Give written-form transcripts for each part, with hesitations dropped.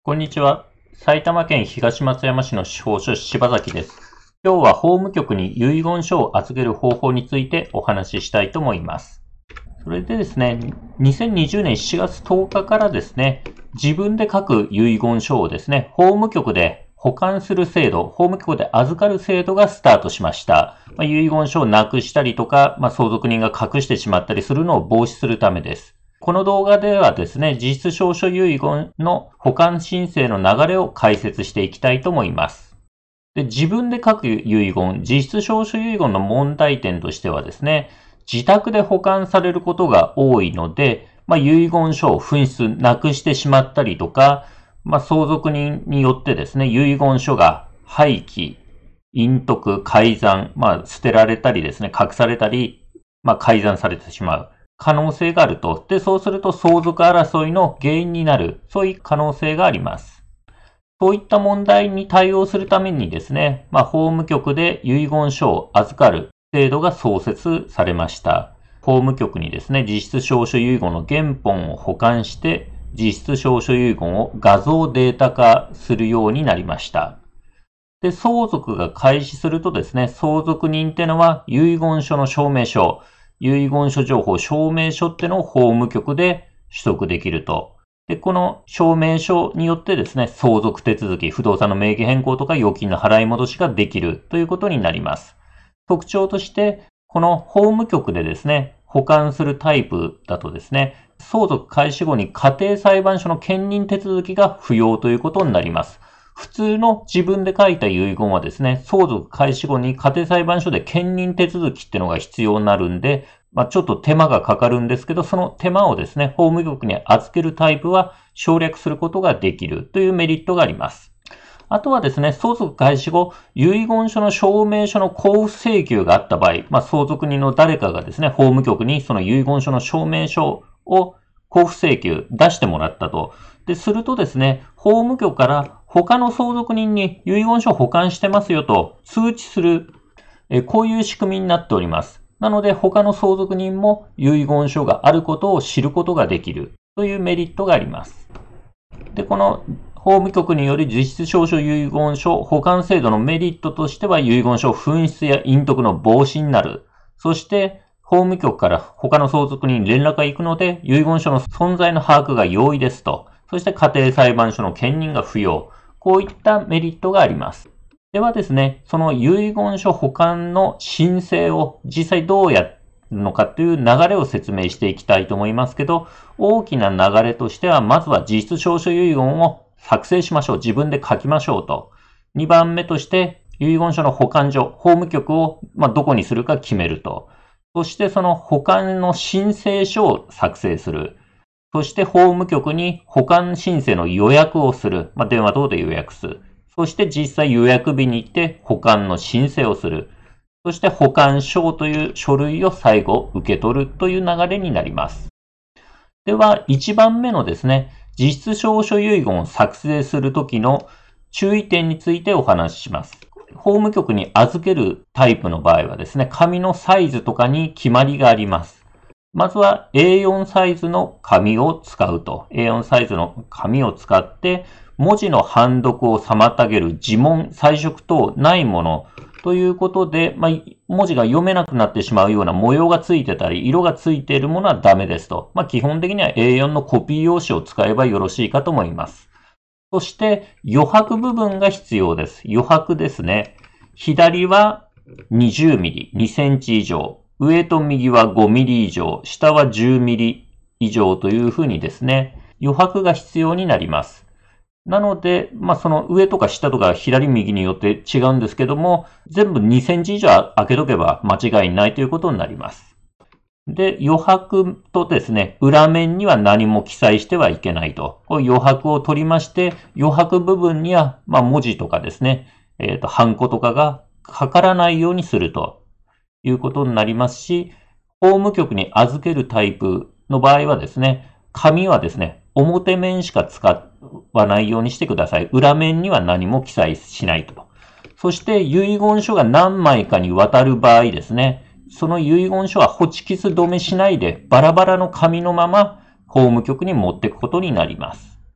こんにちは。埼玉県東松山市の司法書柴崎です。今日は法務局に遺言書を預ける方法についてお話ししたいと思います。それでですね、2020年7月10日からですね、自分で書く遺言書をですね、法務局で保管する制度、法務局で預かる制度がスタートしました。遺言書をなくしたりとか、相続人が隠してしまったりするのを防止するためです。この動画ではですね、実質証書遺言の保管申請の流れを解説していきたいと思います。で、自分で書く遺言、実質証書遺言の問題点としてはですね、自宅で保管されることが多いので、遺言書を紛失、なくしてしまったりとか、相続人によってですね、遺言書が廃棄、隠匿、改ざん、捨てられたりですね、隠されたり、改ざんされてしまう可能性があると。で、そうすると相続争いの原因になる、そういう可能性があります。そういった問題に対応するためにですね、法務局で遺言書を預かる制度が創設されました。法務局にですね、実質証書遺言の原本を保管して、実質証書遺言を画像データ化するようになりました。で、相続が開始するとですね、相続人ってのは遺言書の証明書、遺言書情報証明書ってのを法務局で取得できると。で、この証明書によってですね、相続手続き、不動産の名義変更とか預金の払い戻しができるということになります。特徴として、この法務局でですね、保管するタイプだとですね、相続開始後に家庭裁判所の兼任手続きが不要ということになります。普通の自分で書いた遺言はですね、相続開始後に家庭裁判所で兼任手続きっていうのが必要になるんで、ちょっと手間がかかるんですけど、その手間をですね、法務局に預けるタイプは省略することができるというメリットがあります。あとはですね、相続開始後、遺言書の証明書の交付請求があった場合、相続人の誰かがですね、法務局にその遺言書の証明書を交付請求出してもらったと。で、するとですね、法務局から他の相続人に遺言書を保管してますよと通知する、こういう仕組みになっております。なので、他の相続人も遺言書があることを知ることができるというメリットがあります。で、この法務局により実質証書遺言書保管制度のメリットとしては、遺言書紛失や隠匿の防止になる。そして、法務局から他の相続人に連絡が行くので、遺言書の存在の把握が容易ですと。そして家庭裁判所の兼任が不要。こういったメリットがあります。ではですね、その遺言書保管の申請を実際どうやるのかという流れを説明していきたいと思いますけど、大きな流れとしては、まずは実質証書遺言を作成しましょう。自分で書きましょうと。2番目として、遺言書の保管所、法務局をどこにするか決めると。そしてその保管の申請書を作成する。そして法務局に保管申請の予約をする。電話等で予約する。そして実際予約日に行って保管の申請をする。そして保管証という書類を最後受け取るという流れになります。では、1番目のですね、実質証書遺言を作成するときの注意点についてお話しします。法務局に預けるタイプの場合はですね、紙のサイズとかに決まりがあります。まずは A4 サイズの紙を使うと。A4 サイズの紙を使って、文字の判読を妨げる字文、彩色等ないものということで、文字が読めなくなってしまうような模様がついてたり、色がついているものはダメですと。基本的には A4 のコピー用紙を使えばよろしいかと思います。そして余白部分が必要です。余白ですね。左は20ミリ、2センチ以上。上と右は5ミリ以上。下は10ミリ以上というふうにですね、余白が必要になります。なので、その上とか下とか左右によって違うんですけども、全部2センチ以上開けとけば間違いないということになります。で、余白とですね、裏面には何も記載してはいけないと。余白を取りまして、余白部分には、文字とかですね、ハンコとかがかからないようにするということになりますし、法務局に預けるタイプの場合はですね、紙はですね、表面しか使わないようにしてください。裏面には何も記載しないと。そして遺言書が何枚かにわたる場合ですね、その遺言書はホチキス止めしないでバラバラの紙のまま法務局に持っていくことになります。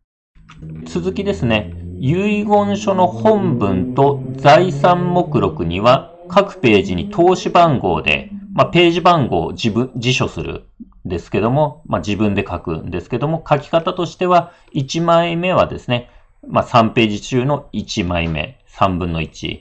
続きですね。遺言書の本文と財産目録には各ページに通し番号で、ページ番号を辞書するんですけども、自分で書くんですけども、書き方としては1枚目はですね、3ページ中の1枚目、3分の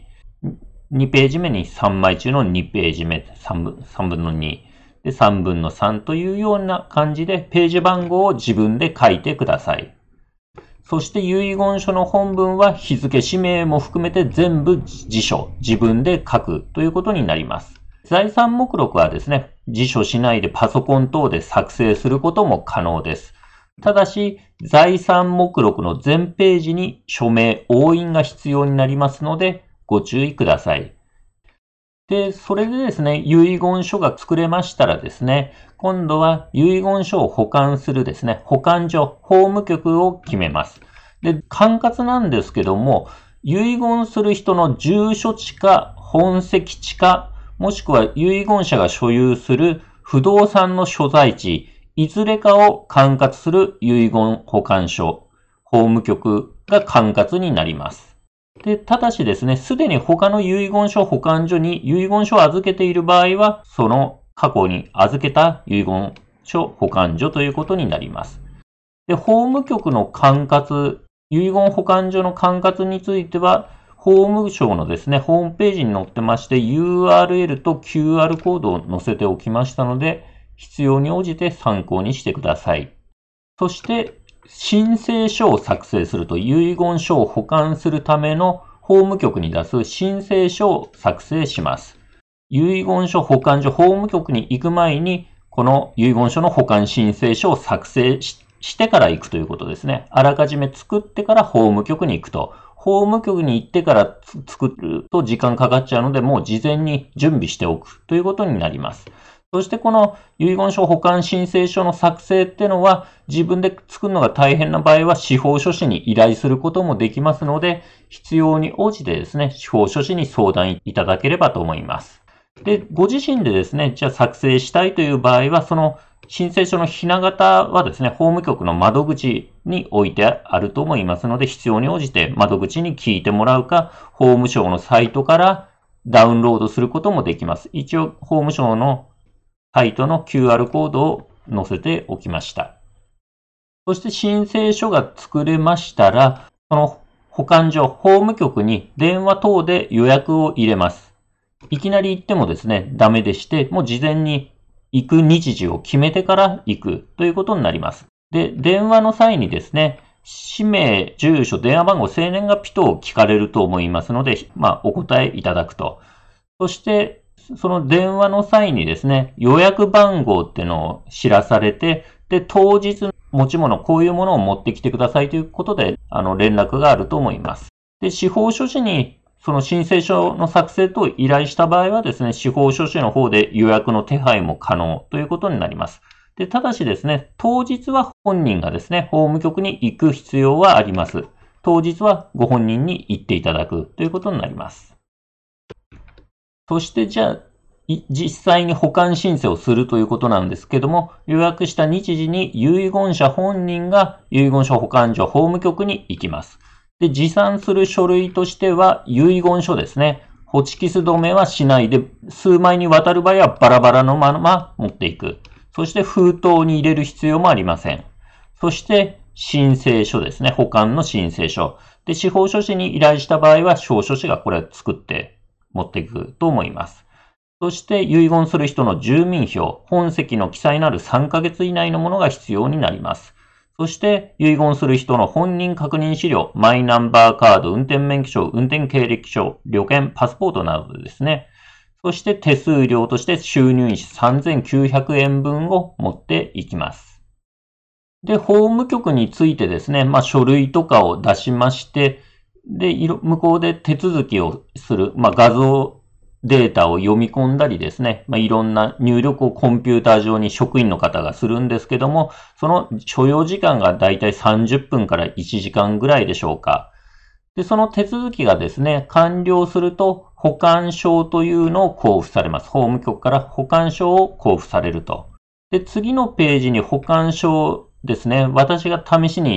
1。2ページ目に3枚中の2ページ目、3分の2。で、3分の3というような感じでページ番号を自分で書いてください。そして遺言書の本文は日付、氏名も含めて全部辞書、自分で書くということになります。財産目録はですね、辞書しないでパソコン等で作成することも可能です。ただし、財産目録の全ページに署名、押印が必要になりますので、ご注意ください。で、それでですね、遺言書が作れましたらですね、今度は遺言書を保管するですね、保管所、法務局を決めます。で、管轄なんですけども、遺言する人の住所地か本籍地か、もしくは遺言者が所有する不動産の所在地、いずれかを管轄する遺言保管所、法務局が管轄になります。で、ただしですね、すでに他の遺言書保管所に遺言書を預けている場合は、その過去に預けた遺言書保管所ということになります。で、法務局の管轄、遺言保管所の管轄については、法務省のですね、ホームページに載ってまして、URL と QR コードを載せておきましたので、必要に応じて参考にしてください。そして、申請書を作成すると、遺言書を保管するための法務局に出す申請書を作成します。遺言書保管所法務局に行く前に、この遺言書の保管申請書を作成してから行くということですね。あらかじめ作ってから法務局に行くと。法務局に行ってから作ると時間かかっちゃうので、もう事前に準備しておくということになります。そしてこの遺言書保管申請書の作成っていうのは自分で作るのが大変な場合は司法書士に依頼することもできますので、必要に応じてですね、司法書士に相談いただければと思います。で、ご自身でですね、じゃあ作成したいという場合は、その申請書のひな形はですね、法務局の窓口に置いてあると思いますので、必要に応じて窓口に聞いてもらうか、法務省のサイトからダウンロードすることもできます。一応、法務省のサイトの QR コードを載せておきました。そして申請書が作れましたら、その保管所、法務局に電話等で予約を入れます。いきなり行ってもですね、ダメでして、もう事前に行く日時を決めてから行くということになります。で、電話の際にですね、氏名、住所、電話番号、生年月日等を聞かれると思いますので、お答えいただくと。そして、その電話の際にですね、予約番号っていうのを知らされて、で、当日持ち物、こういうものを持ってきてくださいということで、連絡があると思います。で、司法書士にその申請書の作成等依頼した場合はですね、司法書士の方で予約の手配も可能ということになります。で、ただしですね、当日は本人がですね、法務局に行く必要はあります。当日はご本人に行っていただくということになります。そしてじゃあ、実際に保管申請をするということなんですけども、予約した日時に遺言者本人が遺言書保管所法務局に行きます。で、持参する書類としては遺言書ですね。ホチキス止めはしないで、数枚にわたる場合はバラバラのまま持っていく。そして封筒に入れる必要もありません。そして申請書ですね。保管の申請書。で、司法書士に依頼した場合は、司法書士がこれ作って持っていくと思います。そして遺言する人の住民票、本籍の記載のある3ヶ月以内のものが必要になります。そして遺言する人の本人確認資料、マイナンバーカード、運転免許証、運転経歴書、旅券、パスポートなどですね。そして手数料として収入印3900円分を持っていきます。で、法務局についてですね、書類とかを出しまして、で、向こうで手続きをする、画像データを読み込んだりですね、いろんな入力をコンピューター上に職員の方がするんですけども、その所要時間がだいたい30分から1時間ぐらいでしょうか。で、その手続きがですね、完了すると保管証というのを交付されます。法務局から保管証を交付されると。で、次のページに保管証ですね、私が試しに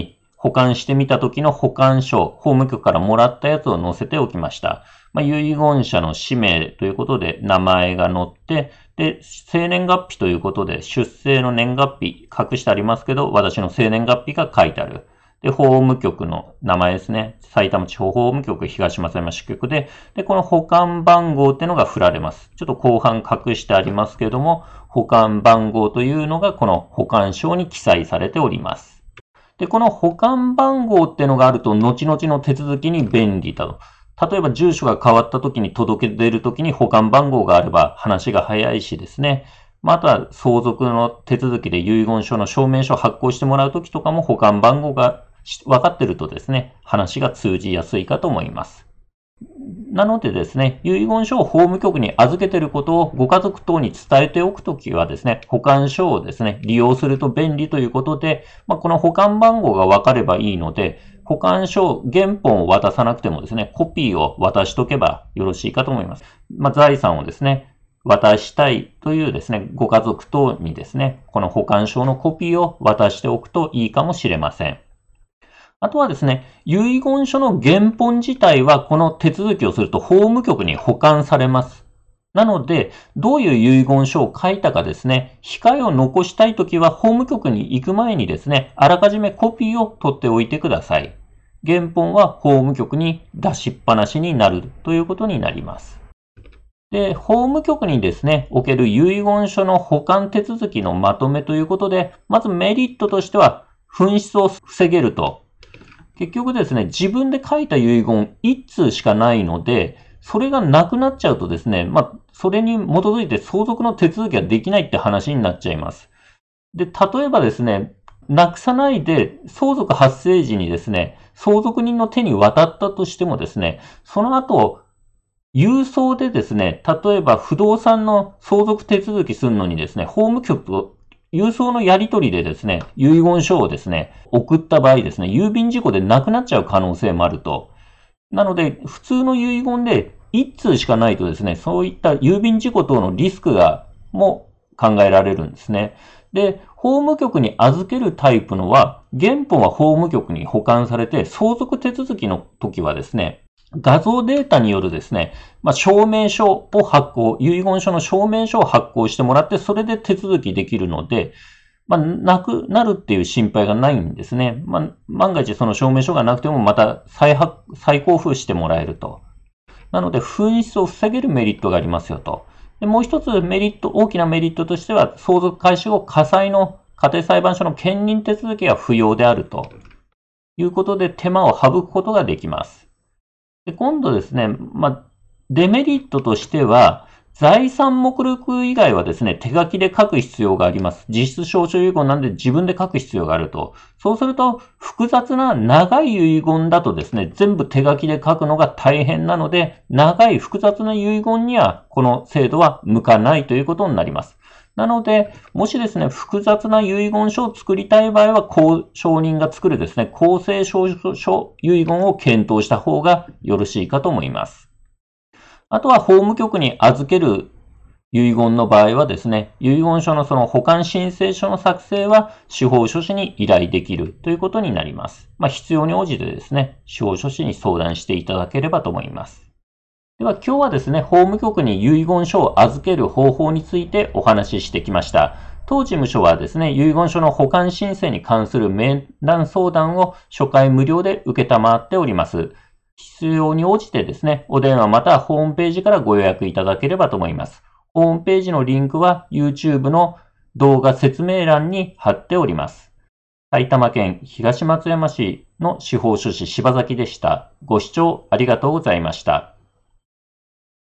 保管してみた時の保管証、法務局からもらったやつを載せておきました。遺言者の氏名ということで名前が載って、で、生年月日ということで出生の年月日隠してありますけど、私の生年月日が書いてある。で、法務局の名前ですね。埼玉地方法務局東松山支局で、この保管番号っていうのが振られます。ちょっと後半隠してありますけれども、保管番号というのがこの保管証に記載されております。で、この保管番号っていうのがあると、後々の手続きに便利だと。例えば住所が変わった時に届け出る時に保管番号があれば話が早いしですね。あとは相続の手続きで遺言書の証明書を発行してもらう時とかも保管番号が分かっているとですね、話が通じやすいかと思います。なのでですね、遺言書を法務局に預けていることをご家族等に伝えておくときはですね、保管書をですね、利用すると便利ということで、この保管番号が分かればいいので、保管書、原本を渡さなくてもですね、コピーを渡しとけばよろしいかと思います。財産をですね、渡したいというですね、ご家族等にですね、この保管証のコピーを渡しておくといいかもしれません。あとはですね、遺言書の原本自体はこの手続きをすると法務局に保管されます。なので、どういう遺言書を書いたかですね、控えを残したいときは法務局に行く前にですね、あらかじめコピーを取っておいてください。原本は法務局に出しっぱなしになるということになります。で、法務局にですね、おける遺言書の保管手続きのまとめということで、まずメリットとしては、紛失を防げると。結局ですね、自分で書いた遺言1通しかないので、それがなくなっちゃうとですね、それに基づいて相続の手続きができないって話になっちゃいます。で、例えばですね、なくさないで相続発生時にですね、相続人の手に渡ったとしてもですね、その後、郵送でですね、例えば不動産の相続手続きするのにですね、法務局と郵送のやり取りでですね、遺言書をですね、送った場合ですね、郵便事故でなくなっちゃう可能性もあると。なので、普通の遺言で1通しかないとですね、そういった郵便事故等のリスクも考えられるんですね。で、法務局に預けるタイプのは、原本は法務局に保管されて、相続手続きの時はですね、画像データによるですね、証明書を発行、遺言書の証明書を発行してもらって、それで手続きできるので、なくなるっていう心配がないんですね。万が一その証明書がなくてもまた再交付してもらえると。なので、紛失を防げるメリットがありますよと。でもう一つ大きなメリットとしては、相続開始後、家庭裁判所の兼任手続きが不要であるということで、手間を省くことができます。で今度ですね、デメリットとしては、財産目録以外はですね、手書きで書く必要があります。実質証書遺言なんで自分で書く必要があると。そうすると、複雑な長い遺言だとですね、全部手書きで書くのが大変なので、長い複雑な遺言にはこの制度は向かないということになります。なので、もしですね、複雑な遺言書を作りたい場合は、証人が作るですね、公正証書遺言を検討した方がよろしいかと思います。あとは、法務局に預ける遺言の場合はですね、遺言書のその保管申請書の作成は司法書士に依頼できるということになります。必要に応じてですね、司法書士に相談していただければと思います。では今日はですね、法務局に遺言書を預ける方法についてお話ししてきました。当事務所はですね、遺言書の保管申請に関する面談相談を初回無料で受けたまっております。必要に応じてですね、お電話またはホームページからご予約いただければと思います。ホームページのリンクは YouTube の動画説明欄に貼っております。埼玉県東松山市の司法書士柴崎でした。ご視聴ありがとうございました。